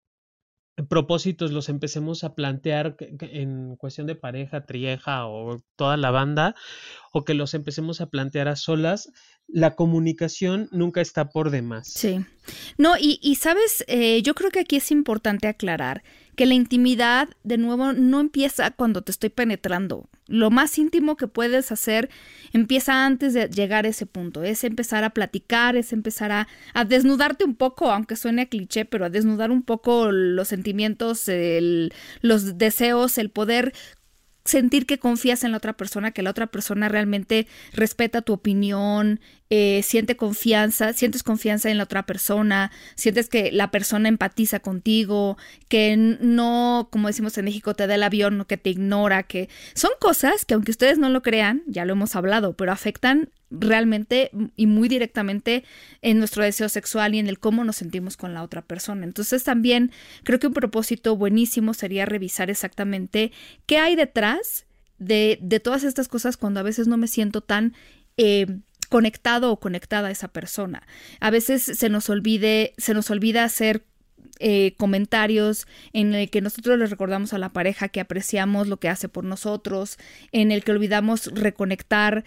propósitos los empecemos a plantear en cuestión de pareja, trieja o toda la banda, o que los empecemos a plantear a solas, la comunicación nunca está por demás. Sí. No, y, y sabes, eh, yo creo que aquí es importante aclarar que la intimidad, de nuevo, no empieza cuando te estoy penetrando. Lo más íntimo que puedes hacer empieza antes de llegar a ese punto. Es empezar a platicar, es empezar a, a desnudarte un poco, aunque suene a cliché, pero a desnudar un poco los sentimientos, el, los deseos, el poder sentir que confías en la otra persona, que la otra persona realmente respeta tu opinión, eh, siente confianza, sientes confianza en la otra persona, sientes que la persona empatiza contigo, que no, como decimos en México, te da el avión, que te ignora, que son cosas que aunque ustedes no lo crean, ya lo hemos hablado, pero afectan realmente y muy directamente en nuestro deseo sexual y en el cómo nos sentimos con la otra persona. Entonces también creo que un propósito buenísimo sería revisar exactamente qué hay detrás de, de todas estas cosas cuando a veces no me siento tan eh, conectado o conectada a esa persona. A veces se nos olvide, se nos olvida hacer Eh, comentarios en el que nosotros les recordamos a la pareja que apreciamos lo que hace por nosotros, en el que olvidamos reconectar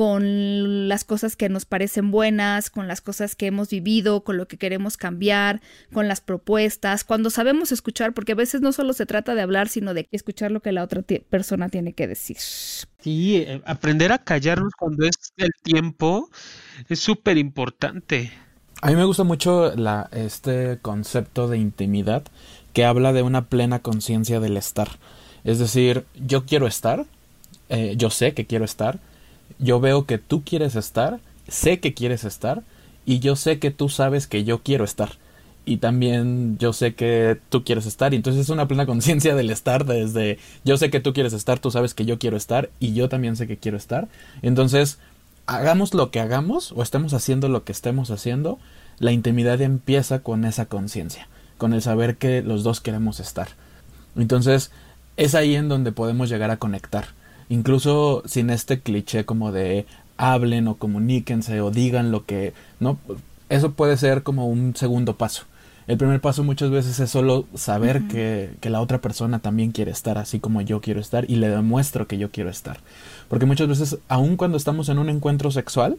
con las cosas que nos parecen buenas, con las cosas que hemos vivido, con lo que queremos cambiar, con las propuestas, cuando sabemos escuchar, porque a veces no solo se trata de hablar, sino de escuchar lo que la otra t- persona tiene que decir. Sí, eh, aprender a callarnos cuando es el tiempo es súper importante. A mí me gusta mucho la, este concepto de intimidad que habla de una plena conciencia del estar. Es decir, yo quiero estar, eh, yo sé que quiero estar, yo veo que tú quieres estar, sé que quieres estar y yo sé que tú sabes que yo quiero estar. Y también yo sé que tú quieres estar y entonces es una plena conciencia del estar desde yo sé que tú quieres estar, tú sabes que yo quiero estar y yo también sé que quiero estar. Entonces, hagamos lo que hagamos o estemos haciendo lo que estemos haciendo, la intimidad empieza con esa conciencia, con el saber que los dos queremos estar. Entonces, es ahí en donde podemos llegar a conectar. Incluso sin este cliché como de hablen o comuníquense o digan lo que... no, eso puede ser como un segundo paso. El primer paso muchas veces es solo saber uh-huh. que, que la otra persona también quiere estar así como yo quiero estar y le demuestro que yo quiero estar. Porque muchas veces, aun cuando estamos en un encuentro sexual,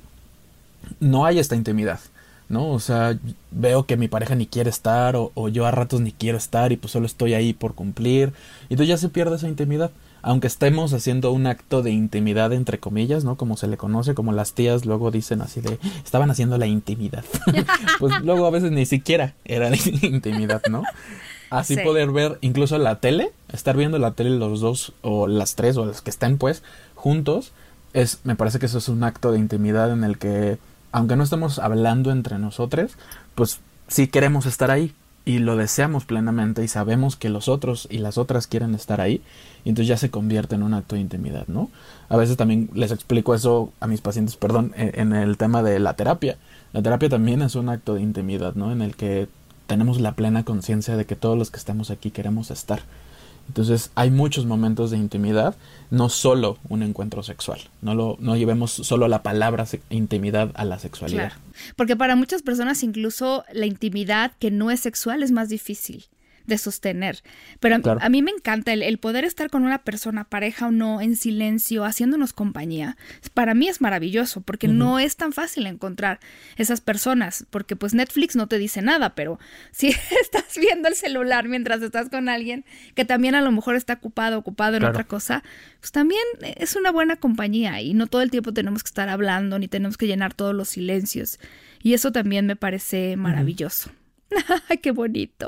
no hay esta intimidad, ¿no? O sea, veo que mi pareja ni quiere estar o, o yo a ratos ni quiero estar y pues solo estoy ahí por cumplir. Y entonces ya se pierde esa intimidad. Aunque estemos haciendo un acto de intimidad entre comillas, ¿no? Como se le conoce, como las tías luego dicen así de, estaban haciendo la intimidad. Pues luego a veces ni siquiera era la intimidad, ¿no? Así sí. Poder ver incluso la tele, estar viendo la tele los dos o las tres o los que estén pues juntos, es, me parece que eso es un acto de intimidad en el que, aunque no estemos hablando entre nosotros, pues sí queremos estar ahí. Y lo deseamos plenamente y sabemos que los otros y las otras quieren estar ahí y entonces ya se convierte en un acto de intimidad, ¿no? A veces también les explico eso a mis pacientes, perdón, en el tema de la terapia. La terapia también es un acto de intimidad, ¿no? En el que tenemos la plena conciencia de que todos los que estamos aquí queremos estar Entonces hay muchos momentos de intimidad, no solo un encuentro sexual. No lo no llevemos solo la palabra se- intimidad a la sexualidad. Claro, porque para muchas personas incluso la intimidad que no es sexual es más difícil de sostener. Pero a, Claro. a mí me encanta el, el poder estar con una persona, pareja o no, en silencio, haciéndonos compañía. Para mí es maravilloso porque Ujú. no es tan fácil encontrar esas personas, porque pues Netflix no te dice nada, pero si estás viendo el celular mientras estás con alguien que también a lo mejor está ocupado, ocupado en Claro. otra cosa, pues también es una buena compañía y no todo el tiempo tenemos que estar hablando ni tenemos que llenar todos los silencios. Y eso también me parece maravilloso. ¡Ay, qué bonito!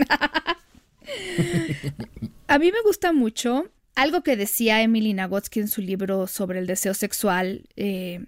A mí me gusta mucho algo que decía Emily Nagoski en su libro sobre el deseo sexual, eh,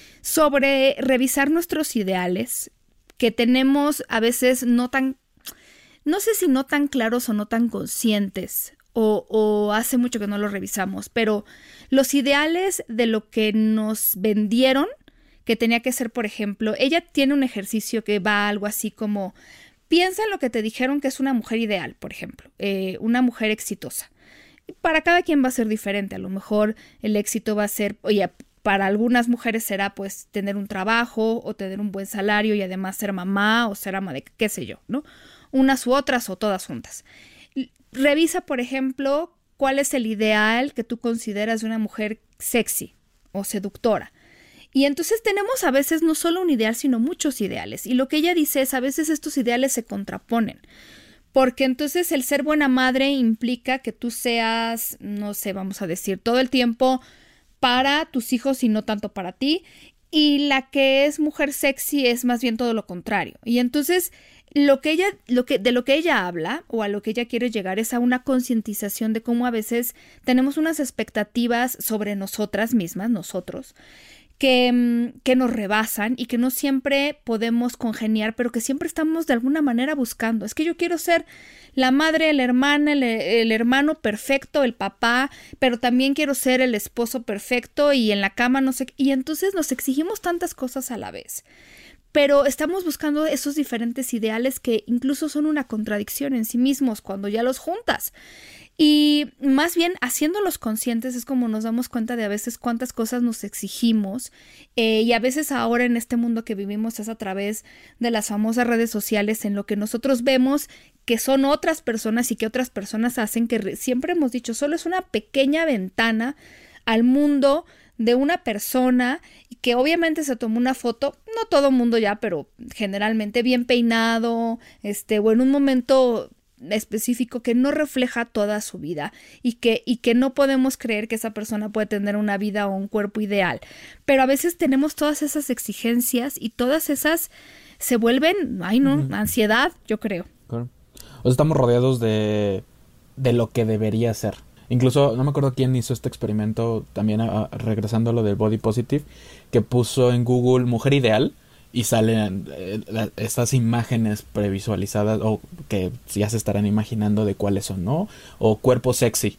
sobre revisar nuestros ideales, que tenemos a veces no tan, no sé si no tan claros o no tan conscientes, o, o hace mucho que no los revisamos, pero los ideales de lo que nos vendieron, que tenía que ser, por ejemplo, ella tiene un ejercicio que va algo así como: piensa en lo que te dijeron que es una mujer ideal, por ejemplo, eh, una mujer exitosa. Para cada quien va a ser diferente. A lo mejor el éxito va a ser, oye, para algunas mujeres será pues tener un trabajo o tener un buen salario y además ser mamá o ser ama de qué sé yo, ¿no? Unas u otras o todas juntas. Revisa, por ejemplo, cuál es el ideal que tú consideras de una mujer sexy o seductora. Y entonces tenemos a veces no solo un ideal, sino muchos ideales. Y lo que ella dice es, a veces estos ideales se contraponen. Porque entonces el ser buena madre implica que tú seas, no sé, vamos a decir, todo el tiempo para tus hijos y no tanto para ti. Y la que es mujer sexy es más bien todo lo contrario. Y entonces lo que ella, lo que, de lo que ella habla o a lo que ella quiere llegar es a una concientización de cómo a veces tenemos unas expectativas sobre nosotras mismas, nosotros, Que, que nos rebasan y que no siempre podemos congeniar, pero que siempre estamos de alguna manera buscando. Es que yo quiero ser la madre, la hermana, el, el hermano perfecto, el papá, pero también quiero ser el esposo perfecto y en la cama no sé qué. Y entonces nos exigimos tantas cosas a la vez. Pero estamos buscando esos diferentes ideales que incluso son una contradicción en sí mismos cuando ya los juntas. Y más bien haciéndolos conscientes es como nos damos cuenta de a veces cuántas cosas nos exigimos, eh, y a veces ahora en este mundo que vivimos es a través de las famosas redes sociales en lo que nosotros vemos que son otras personas y que otras personas hacen, que re- siempre hemos dicho solo es una pequeña ventana al mundo de una persona que obviamente se tomó una foto, no todo mundo ya, pero generalmente bien peinado, este, o en un momento específico que no refleja toda su vida y que, y que no podemos creer que esa persona puede tener una vida o un cuerpo ideal. Pero a veces tenemos todas esas exigencias y todas esas se vuelven, ay no, Ujú. ansiedad, yo creo. Claro. O sea, estamos rodeados de, de lo que debería ser. Incluso, no me acuerdo quién hizo este experimento, también a- a- regresando a lo del body positive, que puso en Google mujer ideal y salen eh, la- estas imágenes previsualizadas o que ya se estarán imaginando de cuáles son, ¿no? O cuerpo sexy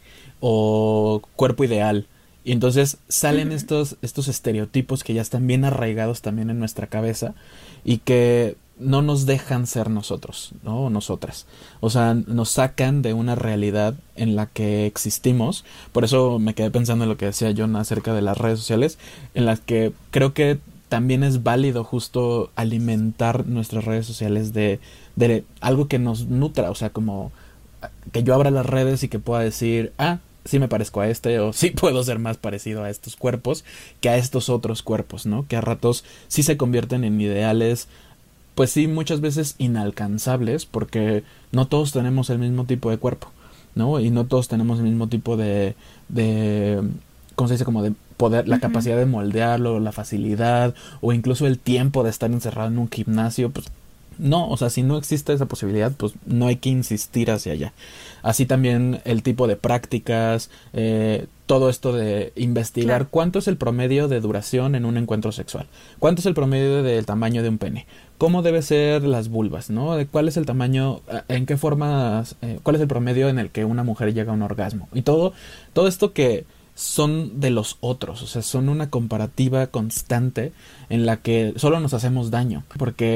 o cuerpo ideal. Y entonces salen Ujú. estos, estos estereotipos que ya están bien arraigados también en nuestra cabeza y que no nos dejan ser nosotros, ¿no? O nosotras. O sea, nos sacan de una realidad en la que existimos. Por eso me quedé pensando en lo que decía John acerca de las redes sociales, en las que creo que también es válido justo alimentar nuestras redes sociales de, de algo que nos nutra. O sea, como que yo abra las redes y que pueda decir, ah, sí me parezco a este, o sí puedo ser más parecido a estos cuerpos que a estos otros cuerpos, ¿no? Que a ratos sí se convierten en ideales, pues sí, muchas veces inalcanzables, porque no todos tenemos el mismo tipo de cuerpo, ¿no? Y no todos tenemos el mismo tipo de, de ¿cómo se dice? Como de poder, la Ujú. capacidad de moldearlo, la facilidad, o incluso el tiempo de estar encerrado en un gimnasio, pues no, o sea, si no existe esa posibilidad, pues no hay que insistir hacia allá. Así también el tipo de prácticas, eh, todo esto de investigar Claro. cuánto es el promedio de duración en un encuentro sexual, cuánto es el promedio del tamaño de un pene, cómo debe ser las vulvas, ¿no? De cuál es el tamaño, eh, en qué formas, eh, cuál es el promedio en el que una mujer llega a un orgasmo. Y todo, todo esto que son de los otros, o sea, son una comparativa constante en la que solo nos hacemos daño, porque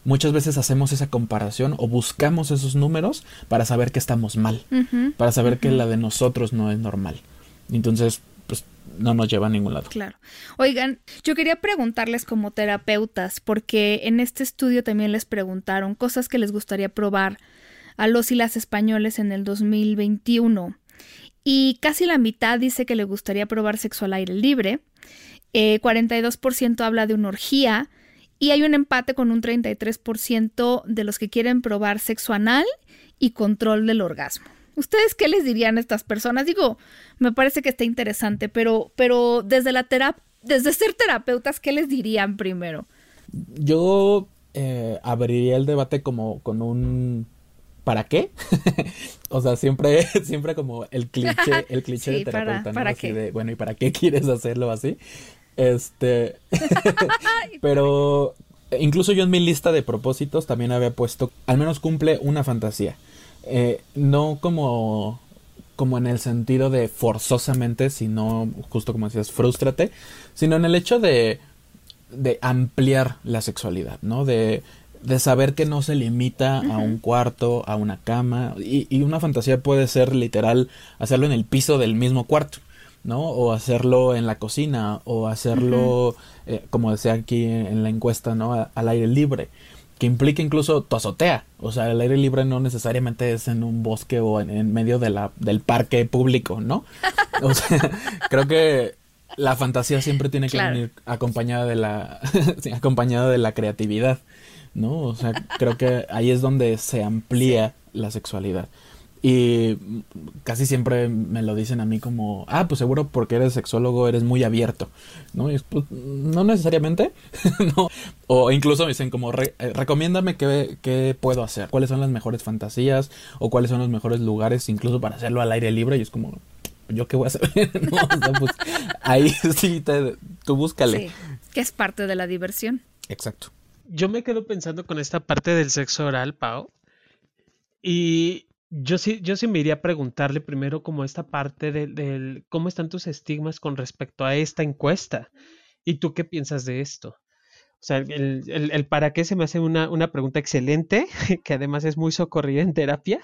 muchas veces hacemos esa comparación o buscamos esos números para saber que estamos mal, uh-huh, para saber uh-huh. que la de nosotros no es normal. Entonces, pues no nos lleva a ningún lado. Claro. Oigan, yo quería preguntarles como terapeutas, porque en este estudio también les preguntaron cosas que les gustaría probar a los y las españoles en el dos mil veintiuno. Y casi la mitad dice que le gustaría probar sexo al aire libre, eh, cuarenta y dos por ciento habla de una orgía, y hay un empate con un treinta y tres por ciento de los que quieren probar sexo anal y control del orgasmo. ¿Ustedes qué les dirían a estas personas? Digo, me parece que está interesante, pero, pero desde la terap- desde ser terapeutas, ¿qué les dirían primero? Yo eh, abriría el debate como con un ¿para qué? O sea, siempre, siempre como el cliché, el cliché sí, de terapeuta, para, ¿no? ¿para así qué? De, bueno, ¿y para qué quieres hacerlo así? Este, pero incluso yo en mi lista de propósitos también había puesto, al menos cumple una fantasía. Eh, no como, como en el sentido de forzosamente, sino justo como decías, frústrate, sino en el hecho de, de ampliar la sexualidad, ¿no? De, de saber que no se limita uh-huh. a un cuarto, a una cama, y, y una fantasía puede ser literal hacerlo en el piso del mismo cuarto, ¿no? O hacerlo en la cocina, o hacerlo, uh-huh. eh, como decía aquí en la encuesta, ¿no? A, al aire libre, que implica incluso tu azotea. O sea, el aire libre no necesariamente es en un bosque o en, en medio de la, del parque público, ¿no? O sea, creo que la fantasía siempre tiene que claro. venir acompañada de la sí, acompañada de la creatividad, ¿no? O sea, creo que ahí es donde se amplía sí. la sexualidad. Y casi siempre me lo dicen a mí como, ah, pues seguro porque eres sexólogo eres muy abierto, ¿no? Y es, pues, no necesariamente, ¿no? O incluso me dicen como, Re- eh, recomiéndame qué, qué puedo hacer, cuáles son las mejores fantasías o cuáles son los mejores lugares incluso para hacerlo al aire libre. Y es como, ¿yo qué voy a hacer? No, o sea, pues, ahí sí, te, tú búscale. Sí, que es parte de la diversión. Exacto. Yo me quedo pensando con esta parte del sexo oral, Pau, y yo sí, yo sí me iría a preguntarle primero como esta parte del, del cómo están tus estigmas con respecto a esta encuesta. ¿Y tú qué piensas de esto? O sea, el, el, el para qué se me hace una, una pregunta excelente, que además es muy socorrida en terapia.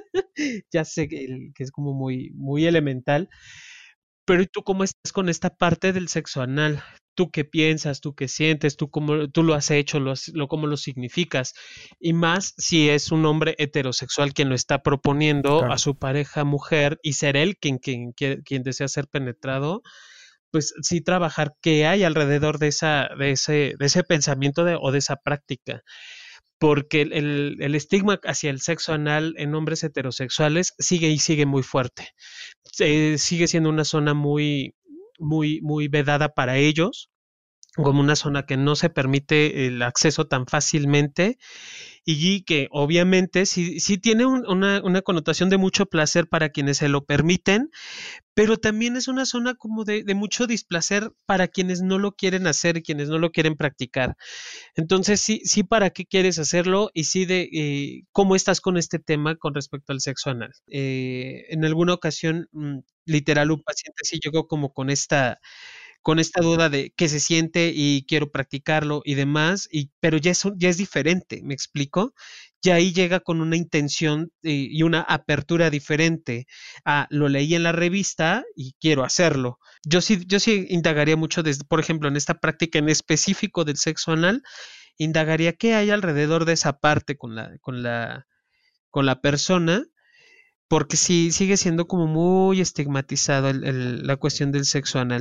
Ya sé que, el, que es como muy, muy elemental. Pero ¿y tú cómo estás con esta parte del sexo anal? ¿Tú qué piensas? ¿Tú qué sientes? ¿Tú cómo tú lo has hecho? ¿Lo, has, lo ¿Cómo lo significas? Y más si es un hombre heterosexual quien lo está proponiendo claro. a su pareja mujer y ser él quien, quien, quien, quien desea ser penetrado, pues sí trabajar qué hay alrededor de, esa, de, ese, de ese pensamiento de, o de esa práctica. Porque el, el, el estigma hacia el sexo anal en hombres heterosexuales sigue y sigue muy fuerte. Eh, sigue siendo una zona muy, muy, muy vedada para ellos, como una zona que no se permite el acceso tan fácilmente y que obviamente sí, sí tiene un, una, una connotación de mucho placer para quienes se lo permiten, pero también es una zona como de, de mucho displacer para quienes no lo quieren hacer y quienes no lo quieren practicar. Entonces sí, sí para qué quieres hacerlo y sí de eh, cómo estás con este tema con respecto al sexo anal. Eh, en alguna ocasión, mmm, literal, un paciente sí llegó como con esta con esta duda de qué se siente y quiero practicarlo y demás, y, pero ya es, ya es diferente, ¿me explico? Ya ahí llega con una intención eh, y una apertura diferente a lo leí en la revista y quiero hacerlo. Yo sí, yo sí indagaría mucho, desde, por ejemplo, en esta práctica en específico del sexo anal, indagaría qué hay alrededor de esa parte con la, con la, con la persona, porque sí sigue siendo como muy estigmatizado el, el, la cuestión del sexo anal.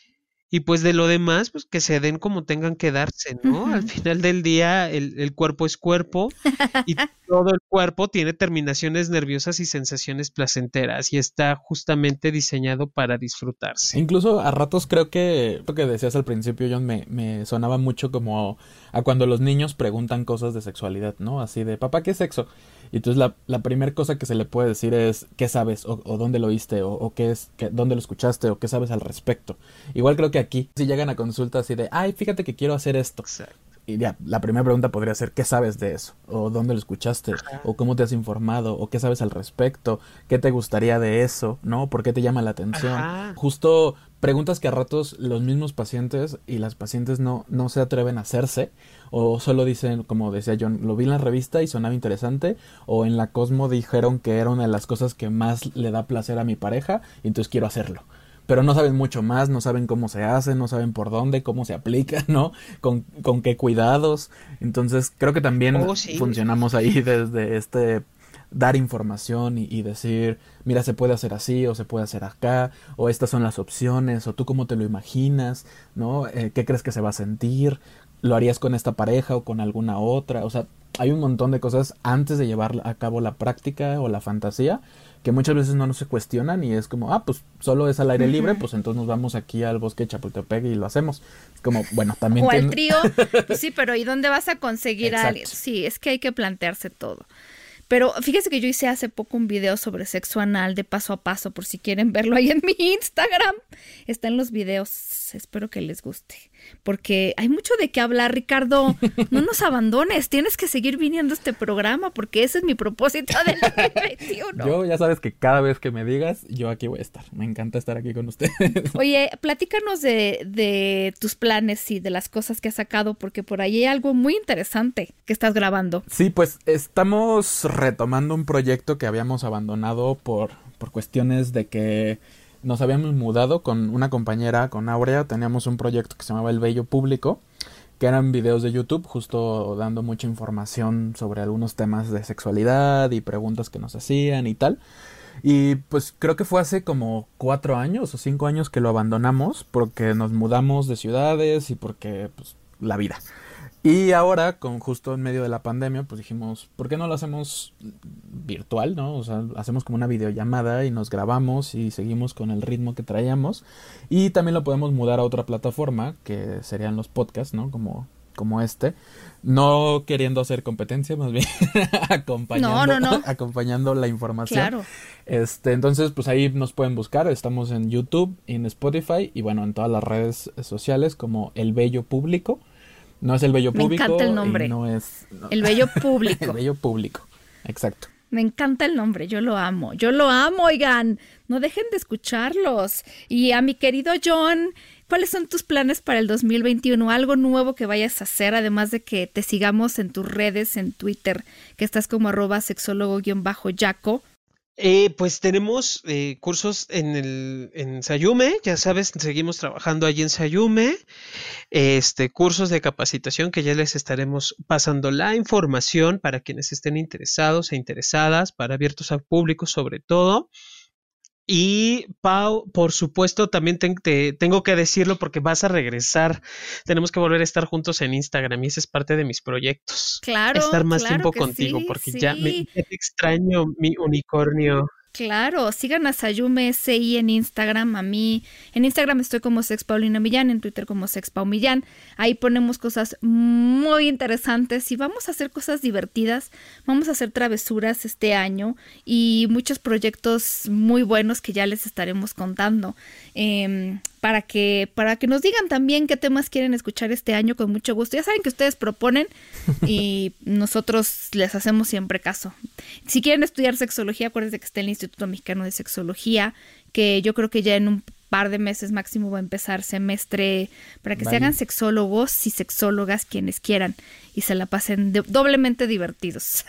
Y pues de lo demás, pues que se den como tengan que darse, ¿no? Uh-huh. Al final del día el, el cuerpo es cuerpo y todo el cuerpo tiene terminaciones nerviosas y sensaciones placenteras y está justamente diseñado para disfrutarse. Incluso a ratos creo que lo que decías al principio, John, me, me sonaba mucho como a cuando los niños preguntan cosas de sexualidad, ¿no? Así de, papá, ¿qué es sexo? Y entonces la, la primera cosa que se le puede decir es ¿qué sabes? O, o dónde lo oíste, o, o qué es, qué, dónde lo escuchaste, o qué sabes al respecto. Igual creo que aquí si llegan a consulta así de, ay, fíjate que quiero hacer esto. Exacto. Y ya, la primera pregunta podría ser, ¿qué sabes de eso? ¿O dónde lo escuchaste? Ajá. ¿O cómo te has informado? ¿O qué sabes al respecto? ¿Qué te gustaría de eso? ¿No? ¿Por qué te llama la atención? Ajá. Justo preguntas que a ratos los mismos pacientes y las pacientes no, no se atreven a hacerse, o solo dicen, como decía John, lo vi en la revista y sonaba interesante, o en la Cosmo dijeron que era una de las cosas que más le da placer a mi pareja, y entonces quiero hacerlo. Pero no saben mucho más, no saben cómo se hace, no saben por dónde, cómo se aplica, ¿no? Con, con qué cuidados. Entonces creo que también Oh, sí. funcionamos ahí desde este dar información y, y decir, mira, se puede hacer así o se puede hacer acá, o estas son las opciones, o tú cómo te lo imaginas, ¿no? Eh, ¿qué crees que se va a sentir? ¿Lo harías con esta pareja o con alguna otra? O sea, hay un montón de cosas antes de llevar a cabo la práctica o la fantasía que muchas veces no, no se cuestionan y es como, ah, pues solo es al aire libre, pues entonces nos vamos aquí al bosque de Chapultepec y lo hacemos. Es como, bueno, también... O al ten... trío, pues sí, pero ¿y dónde vas a conseguir a alguien? Sí, es que hay que plantearse todo. Pero fíjese que yo hice hace poco un video sobre sexo anal de paso a paso, por si quieren verlo ahí en mi Instagram. Está en los videos, espero que les guste. Porque hay mucho de qué hablar, Ricardo. No nos abandones, tienes que seguir viniendo a este programa porque ese es mi propósito del dos mil veintiuno. Yo ya sabes que cada vez que me digas, yo aquí voy a estar. Me encanta estar aquí con ustedes. Oye, platícanos de, de tus planes y de las cosas que has sacado, porque por ahí hay algo muy interesante que estás grabando. Sí, pues estamos retomando un proyecto que habíamos abandonado por, por cuestiones de que nos habíamos mudado con una compañera, con Aurea. Teníamos un proyecto que se llamaba El Bello Público, que eran videos de YouTube, justo dando mucha información sobre algunos temas de sexualidad y preguntas que nos hacían y tal. Y pues creo que fue hace como cuatro años o cinco años que lo abandonamos porque nos mudamos de ciudades y porque pues la vida. Y ahora, con justo en medio de la pandemia, pues dijimos, ¿por qué no lo hacemos virtual, no? O sea, hacemos como una videollamada y nos grabamos y seguimos con el ritmo que traíamos. Y también lo podemos mudar a otra plataforma, que serían los podcasts, ¿no? Como, como este. No queriendo hacer competencia, más bien acompañando, no, no, no. acompañando la información. Claro. Este, entonces, pues ahí nos pueden buscar. Estamos en YouTube, en Spotify y bueno, en todas las redes sociales como El Bello Público. No es El Bello Me Público. encanta el nombre. No es, no. El Bello Público. El Bello Público, exacto. Me encanta el nombre, yo lo amo, yo lo amo, oigan, no dejen de escucharlos. Y a mi querido John, ¿cuáles son tus planes para el dos mil veintiuno? Algo nuevo que vayas a hacer, además de que te sigamos en tus redes, en Twitter, que estás como arroba sexólogo-yaco. Eh, pues tenemos eh, cursos en el en Sayume, ya sabes, seguimos trabajando allí en Sayume, este, cursos de capacitación que ya les estaremos pasando la información para quienes estén interesados e interesadas, para abiertos al público sobre todo. Y Pau, por supuesto, también te, te, tengo que decirlo porque vas a regresar. Tenemos que volver a estar juntos en Instagram y ese es parte de mis proyectos. Claro, estar más claro tiempo que contigo sí, porque sí. ya, me, ya te extraño, mi unicornio. Claro, sigan a Sayume S I en Instagram, a mí. En Instagram estoy como Sex Paulina Millán, en Twitter como Sex Pau Millán. Ahí ponemos cosas muy interesantes y vamos a hacer cosas divertidas. Vamos a hacer travesuras este año y muchos proyectos muy buenos que ya les estaremos contando. Eh, para que, para que nos digan también qué temas quieren escuchar este año con mucho gusto. Ya saben que ustedes proponen y nosotros les hacemos siempre caso. Si quieren estudiar sexología, acuérdense que está el Instituto Mexicano de Sexología, que yo creo que ya en un par de meses máximo va a empezar semestre para que vale. Se hagan sexólogos y sexólogas quienes quieran y se la pasen de, doblemente divertidos.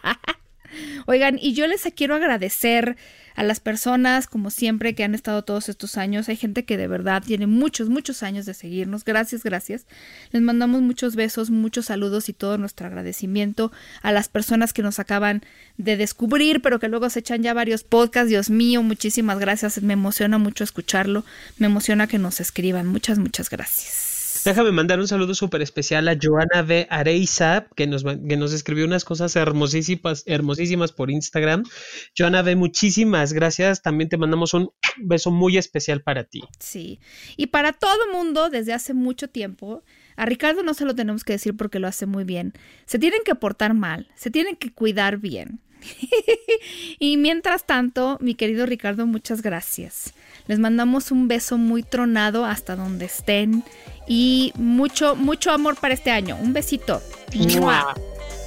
Oigan, y yo les quiero agradecer a las personas, como siempre, que han estado todos estos años. Hay gente que de verdad tiene muchos, muchos años de seguirnos. Gracias, gracias. Les mandamos muchos besos, muchos saludos y todo nuestro agradecimiento a las personas que nos acaban de descubrir, pero que luego se echan ya varios podcasts. Dios mío, muchísimas gracias. Me emociona mucho escucharlo. Me emociona que nos escriban. Muchas, muchas gracias. Déjame mandar un saludo súper especial a Joana V. Areiza, que nos, que nos escribió unas cosas hermosísimas, hermosísimas por Instagram. Joana V, muchísimas gracias. También te mandamos un beso muy especial para ti. Sí, y para todo mundo desde hace mucho tiempo, a Ricardo no se lo tenemos que decir porque lo hace muy bien. Se tienen que portar mal, se tienen que cuidar bien. Y mientras tanto, mi querido Ricardo, muchas gracias. Les mandamos un beso muy tronado hasta donde estén y mucho, mucho amor para este año. Un besito. ¡Mua!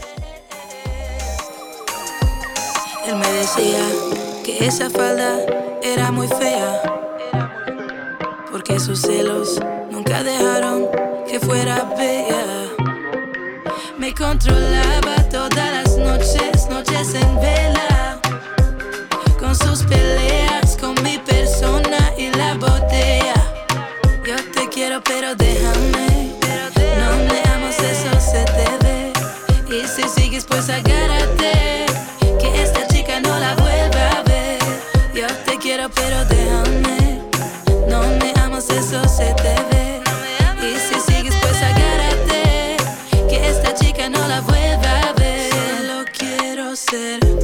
Él me decía que esa falda era muy fea, porque sus celos nunca dejaron que fuera bella. Me controlaba todas las noches, noches en vela, con sus peleas, con mi persona y la botella. Yo te quiero pero déjame, no me amas, eso se te ve. Y si sigues pues agárrate, que esta chica no la vuelva a ver. Yo te quiero pero déjame, no me amas, eso se te ve. Y si sigues pues agárrate, que esta chica no la vuelva a ver. Solo quiero ser